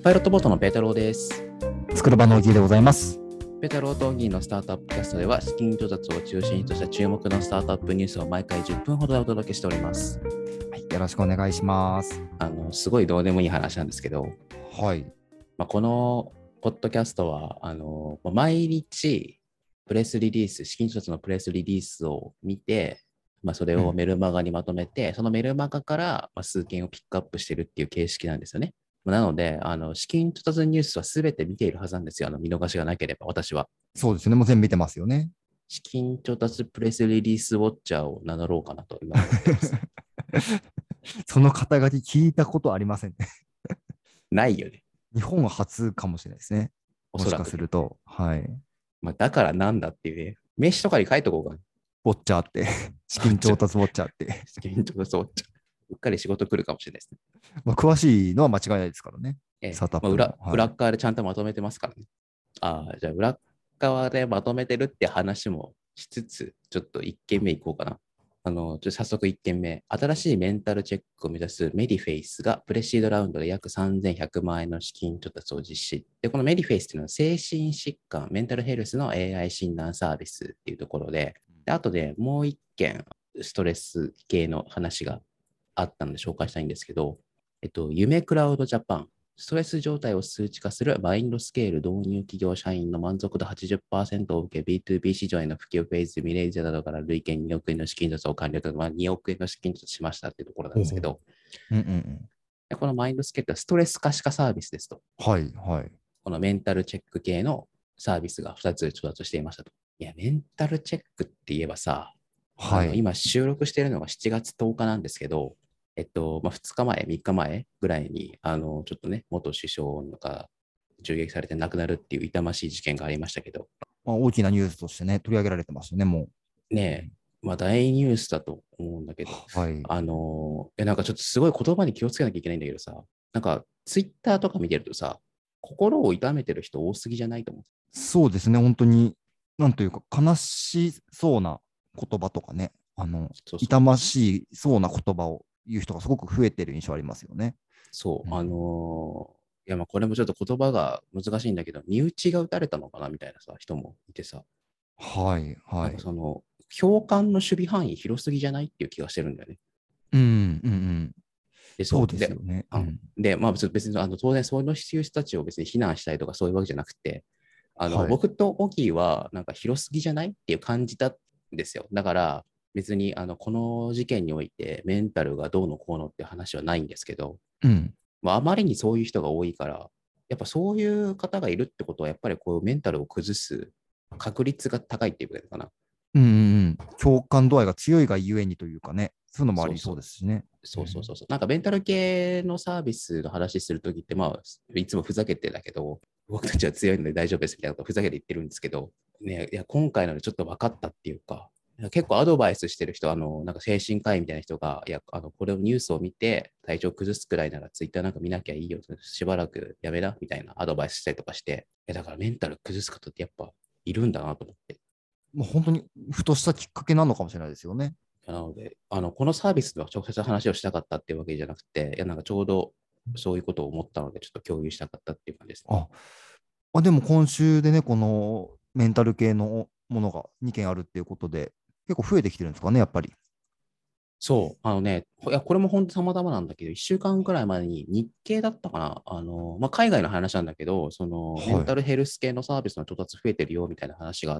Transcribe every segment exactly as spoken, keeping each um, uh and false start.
パイロットボートのペータローです。 作る場の小木でございます。 ペータローと小木のスタートアップキャストでは、資金調達を中心とした注目のスタートアップニュースを毎回じゅっぷんほどでお届けしております。 はい、よろしくお願いします。 あの、すごいどうでもいい話なんですけど、 はい。 まあ、このポッドキャストは、あの、毎日プレスリリース、資金調達のプレスリリースを見て、まあ、それをメルマガにまとめて、うん、そのメルマガから数件をピックアップしてるっていう形式なんですよね。なので、あの資金調達ニュースはすべて見ているはずなんですよ。あの見逃しがなければ、私は。 そうですね。もう全部見てますよね。 資金調達プレスリリースウォッチャーを名乗ろうかなと今思ってます。 その肩書き聞いたことありませんね。 ないよね。 日本は初かもしれないですね。もしかすると。はい。 まあ、だからなんだっていうね。名刺とかに書いとこうかな。 ウォッチャーって。資金調達ウォッチャーって。 資金調達ウォッチャー。うっかり仕事来るかもしれないですね。 まあ、詳しいのは間違いないですからね。 ええ、 スタートアップの、 まあ、裏、 はい、 裏側でちゃんとまとめてますからね。ああ、じゃあ裏側でまとめてるって話もしつつ、ちょっといっけんめいこうかな。あの、ちょ早速いっけんめ。新しいメンタルチェックを目指すメディフェイスがプレシードラウンドで約さんぜんひゃくまん円の資金調達を実施。で、このメディフェイスっていうのは精神疾患、メンタルヘルスの エーアイ 診断サービスっていうところで、であとでもういっけんストレス系の話があったので紹介したいんですけど、えっと、夢クラウドジャパン。ストレス状態を数値化するマインドスケール導入企業社員の満足度 はちじゅっパーセント を受け ビーツービー 市場への普及フェーズ、ミレージャーなどから累計におくえんの資金調達を完了と、まあ、におくえんの資金調達しましたっていうところなんですけど、 うんうんうん、 このマインドスケールはストレス可視化サービスですと。 はいはい。 このメンタルチェック系のサービスがふたつ調達していましたと。いや、メンタルチェックって言えばさ、はい、あの今収録しているのがしちがつとおかなんですけど、えっと、まあ、ふつかまえ、みっかまえぐらいに、あの、ちょっとね、元首相が銃撃されて亡くなるっていう痛ましい事件がありましたけど。 まあ、大きなニュースとしてね、取り上げられてましたね、もう。ねえ、まあ、大ニュースだと思うんだけど、 はい。 あの、え、なんかちょっとすごい言葉に気をつけなきゃいけないんだけどさ、なんか、ツイッターとか見てるとさ、心を痛めてる人多すぎじゃないと思う。 そうですね、本当に、なんというか、悲しそうな言葉とかね、あの、そうそう痛ましそうな言葉を言う人がすごく増えてる印象ありますよね。 そう、うん、あのー、いや、まあこれもちょっと言葉が難しいんだけど、身内が撃たれたのかなみたいなさ、人もいてさ。 はいはい。 なんかその、共感の守備範囲広すぎじゃないっていう気がしてるんだよね。 うんうんうん。 でそうですよね。 で、うん、でまあ別にあの当然そういう人たちを別に非難したいとかそういうわけじゃなくて、あの、はい、僕とオギーはなんか広すぎじゃないっていう感じたんですよ。だから別にあのこの事件においてメンタルがどうのこうのって話はないんですけど、 うんまあ、あまりにそういう人が多いから、やっぱそういう方がいるってことはやっぱりこうメンタルを崩す確率が高いっていうことかな。 うんうん、共感度合いが強いがゆえにというかね、そういうのもありそうですしね。 そうそうそうそう。なんかメンタル系のサービスの話するときって、まあ、いつもふざけてだけど、僕たちは強いので大丈夫ですみたいなことをふざけて言ってるんですけど、ね、いや今回のでちょっと分かったっていうか、結構アドバイスしてる人、あの、なんか精神科医みたいな人が、いや、あの、これをニュースを見て体調崩すくらいならツイッターなんか見なきゃいいよ、しばらくやめな、みたいなアドバイスしたりとかして、だからメンタル崩す方ってやっぱいるんだなと思って。 もう本当にふとしたきっかけなのかもしれないですよね。 なので、あの、このサービスでは直接話をしたかったっていうわけじゃなくて、いや、なんかちょうどそういうことを思ったので、ちょっと共有したかったっていう感じですね。 あ、あでも今週でね、このメンタル系のものがにけんあるっていうことで、結構増えてきてるんですかね、やっぱり。 そう、あのね、いやこれも本当たまたまなんだけど、いっしゅうかんくらい前に日経だったかな、あのまあ、海外の話なんだけど、その、はい、メンタルヘルス系のサービスの調達増えてるよみたいな話があって、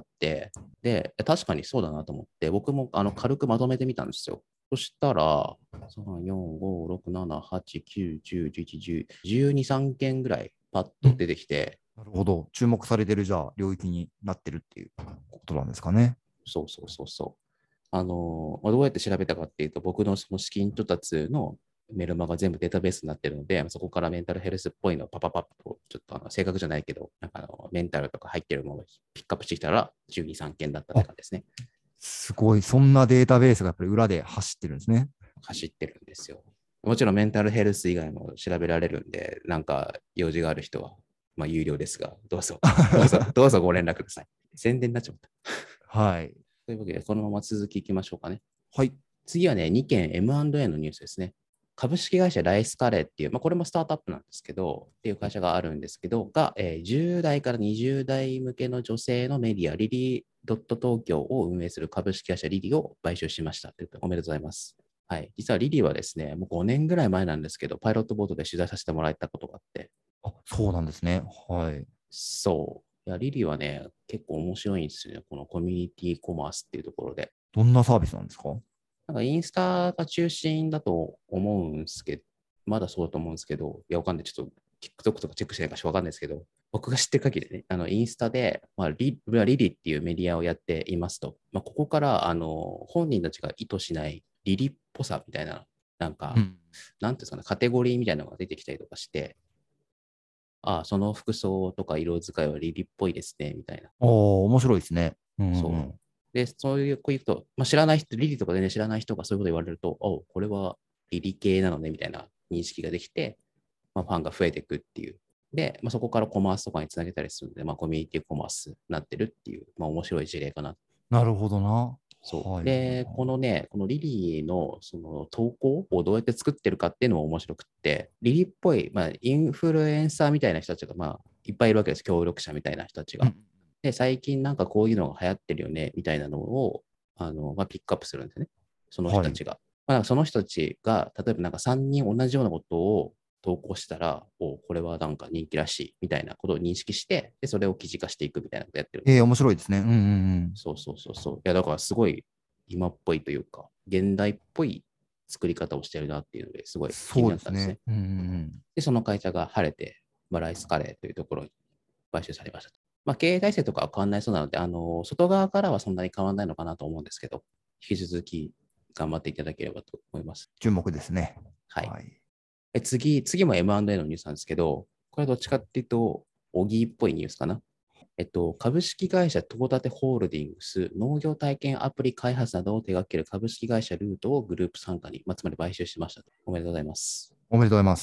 で、確かにそうだなと思って、僕もあの軽くまとめてみたんですよ。そしたら、さん、よん、ご、ろく、なな、はち、きゅう、じゅう、じゅういち、じゅう、じゅうに、さんけんぐらいパッと出てきて。 なるほど。注目されてるじゃあ領域になってるっていうことなんですかね。 そうそうそうそう。あの、どうやって調べたかっていうと、僕のその資金調達のメルマが全部データベースになってるので、そこからメンタルヘルスっぽいのをパパパッと、ちょっとあの正確じゃないけど、なんかあのメンタルとか入ってるものをピックアップしてきたら、じゅうに、さんけんだったって感じですね。 すごい、そんなデータベースがやっぱり裏で走ってるんですね。 走ってるんですよ。もちろんメンタルヘルス以外も調べられるんで、なんか用事がある人は、まあ有料ですが、どうぞ、どうぞ、どうぞご連絡ください。宣伝になっちゃった。 はい。 というわけで、このまま続きいきましょうかね。 はい。 次はね、にけん エムアンドエー のニュースですね。 株式会社ライスカレーっていう、まあ、これもスタートアップなんですけど、っていう会社があるんですけど、が、えー、じゅう代からにじゅう代向けの女性のメディア、リリードット東京を運営する株式会社リリーを買収しました。おめでとうございます。はい。実はリリーはですね、もうごねんぐらい前なんですけど、パイロットボートで取材させてもらったことがあって。 あ、そうなんですね。はい。 そう。いや、リリーはね、結構面白いんですよね。このコミュニティコマースっていうところで。 どんなサービスなんですか？ なんかインスタが中心だと思うんですけど、まだそうだと思うんですけど、いや、わかんない。ちょっと TikTok とかチェックしてないからわかんないですけど、僕が知ってる限りね、あのインスタで、まあ、リリリっていうメディアをやっていますと、まあ、ここからあの本人たちが意図しないリリっぽさみたいな、なんか、 うん、 なんていうんですかね、カテゴリーみたいなのが出てきたりとかして、ああ、その服装とか色使いはリリっぽいですね、みたいな。 おー、面白いですね。うんうんうそう。 ん。 で、そういう、こういうと、まあ、知らない人、リリとかでね、知らない人がそういうこと言われると、おこれはリリ系なのね、みたいな認識ができて、まあ、ファンが増えていくっていう。で、まあ、そこからコマースとかにつなげたりするので、まあ、コミュニティコマースになってるっていう、まあ、面白い事例かな。 なるほどな。 そう。 はいはいで、こはい。 のね、このリリーのその投稿をどうやって作ってるかっていうのも面白くって、リリーっぽい、まあ、インフルエンサーみたいな人たちが、まあ、いっぱいいるわけです。協力者みたいな人たちが。 うん、 で、最近なんかこういうのが流行ってるよね、みたいなのを、あの、まあ、ピックアップするんですよね。その人はい。 たちが。まあ、その人たちが、例えばなんかさんにん同じようなことを投稿したら、おこれはなんか人気らしい、みたいなことを認識して、で、それを記事化していくみたいなことやってるんですよ。 えー、面白いですね。うんうんうん。 そうそうそうそう。いや、だからすごい今っぽいというか、現代っぽい作り方をしてるなっていうのですごい気にそうですね。 なったんですね。 うんうんうん。 で、その会社が晴れて、まあ、ライスカレーというところに買収されましたと。まあ、経営体制とかは変わらないそうなので、あの、外側からはそんなに変わらないのかなと思うんですけど、引き続き頑張っていただければと思います。 注目ですね。 はい。 はい。 え次、次も エムアンドエー のニュースなんですけど、これはどっちかっていうと、オギーっぽいニュースかな。えっと、株式会社トータテホールディングス、農業体験アプリ開発などを手掛ける株式会社ルートをグループ傘下に、まあ、つまり買収しましたと。おめでとうございます。 おめでとうございます。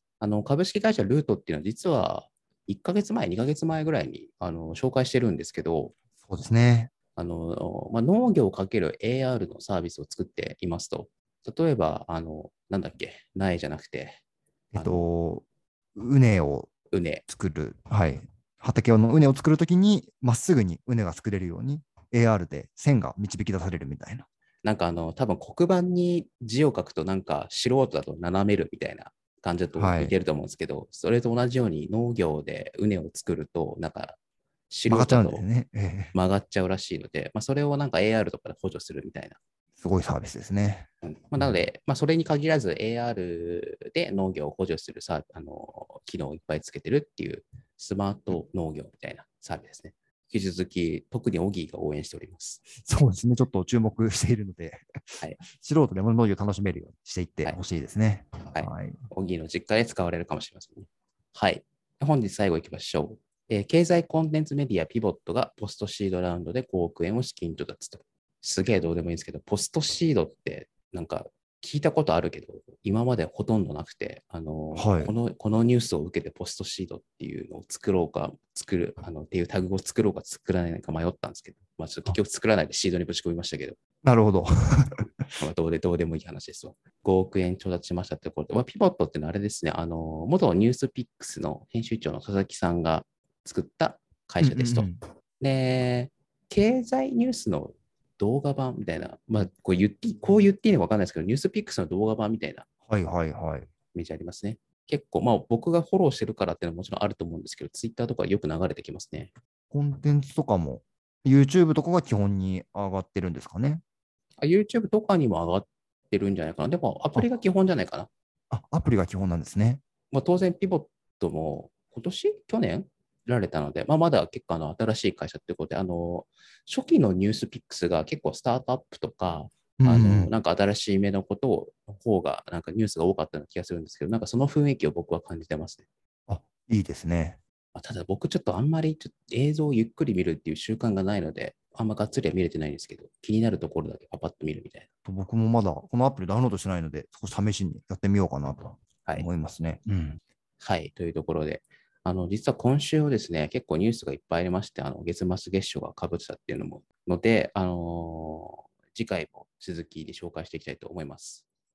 あの株式会社ルートっていうのは、実はいっかげつまえ、にかげつまえぐらいにあの紹介してるんですけど、 そうですね。 あのまあ、農業かける エーアール のサービスを作っていますと。例えば、あのなんだっけ、苗じゃなくて、 えっあの、 と、畝を畝。 作る。はい。畑の畝を作るときに、まっすぐに畝が作れるように、エーアール で線が導き出されるみたいな。 なんかあの、多分黒板に字を書くとなんか素人だと斜めるみたいな感じだとはい。 似てると思うんですけど、それと同じように農業で畝を作ると、なんか素曲がっちゃ人だとうんですね。えー曲がっちゃうらしいので、まあ、それをなんか エーアール とかで補助するみたいな。 すごいサービスですね。 うんまあ、 うん、 なので、まあ、それに限らず エーアール で農業を補助するさあの機能をいっぱいつけてるっていうスマート農業みたいなサービスですね。引き続き、特にオギーが応援しております。 そうですね。ちょっと注目しているので、 はい。 素人でも農業を楽しめるようにしていってはい。 ほしいですね。 はい。 はい。 オギーの実家で使われるかもしれませんね。はい。本日最後行きましょう。えー経済コンテンツメディアピボットがポストシードラウンドでごおく円を資金調達と。すげえどうでもいいんですけど、ポストシードってなんか聞いたことあるけど、今までほとんどなくて、あのはい。 このこのニュースを受けてポストシードっていうのを作ろうか、作る、あのっていうタグを作ろうか作らないか迷ったんですけど、まあ、ちょっと結局作らないでシードにぶち込みましたけど、 なるほど。 まあ、どうでどうでもいい話ですわ。ごおく円調達しましたってことで、まあ、ピボットってのはあれですね、あの元ニュースピックスの編集長の佐々木さんが作った会社ですと。 うんうんで、経済ニュースの動画版みたいな、まあ、こう言ってこう言っていいのか分かんないですけど、ニュースピックスの動画版みたいなはいはいはい。 イメージありますね。結構、まあ、僕がフォローしてるからっていうのはもちろんあると思うんですけど、ツイッターとかよく流れてきますね。 コンテンツとかも、YouTube とかが基本に上がってるんですかね。 あ YouTube とかにも上がってるんじゃないかな。でも、アプリが基あ、 本じゃないかな。 あ、アプリが基本なんですね。 まあ、当然、ピボットも今年去年られたので、まあ、まだ結構あの新しい会社ってことで、あの初期のニュースピックスが結構スタートアップとか、 うんうあのん。 なんか新しい目のことをの方が、なんかニュースが多かったような気がするんですけど、なんかその雰囲気を僕は感じてますね。 あ、いいですね。 まあただ僕ちょっとあんまりちょっと映像をゆっくり見るっていう習慣がないので、あんまがっつりは見れてないんですけど、気になるところだけパパッと見るみたい僕もまだこのアプリダウンロードしてないので、少し試しにやってみようかなとな。はい。 思いますね。うん。 はい。というところで、あの、実は今週はですね、結構ニュースがいっぱいありまして、あの、月末月初が被ってたっていうのも、ので、あのー次回も続きで紹介していきたいと思います。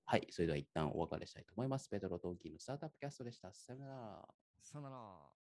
はい、それでは一旦お別れしたいと思います。ペドロ・トンキーのスタートアップキャストでした。さよなら。 さよなら。